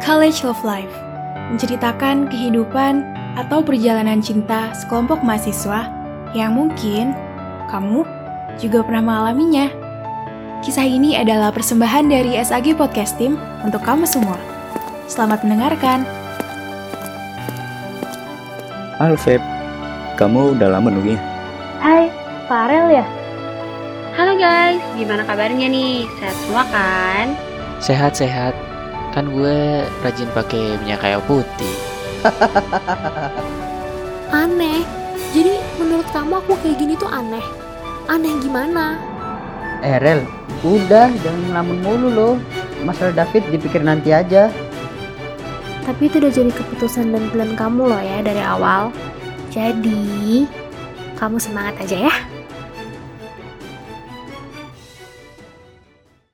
College Love Life, menceritakan kehidupan atau perjalanan cinta sekelompok mahasiswa yang mungkin kamu juga pernah mengalaminya. Kisah ini adalah persembahan dari SAG Podcast Team untuk kamu semua. Selamat mendengarkan. Halo Feb, kamu udah lama nungguin? Hai, Farel ya? Halo guys, gimana kabarnya nih? Sehat semua kan? Sehat-sehat, kan gue rajin pakai minyak kayu putih. Aneh. Jadi menurut kamu aku kayak gini tuh aneh? Aneh gimana? Rel, udah jangan ngelamun mulu loh. Masalah David dipikir nanti aja. Tapi itu udah jadi keputusan dan plan kamu loh ya dari awal. Jadi, kamu semangat aja ya.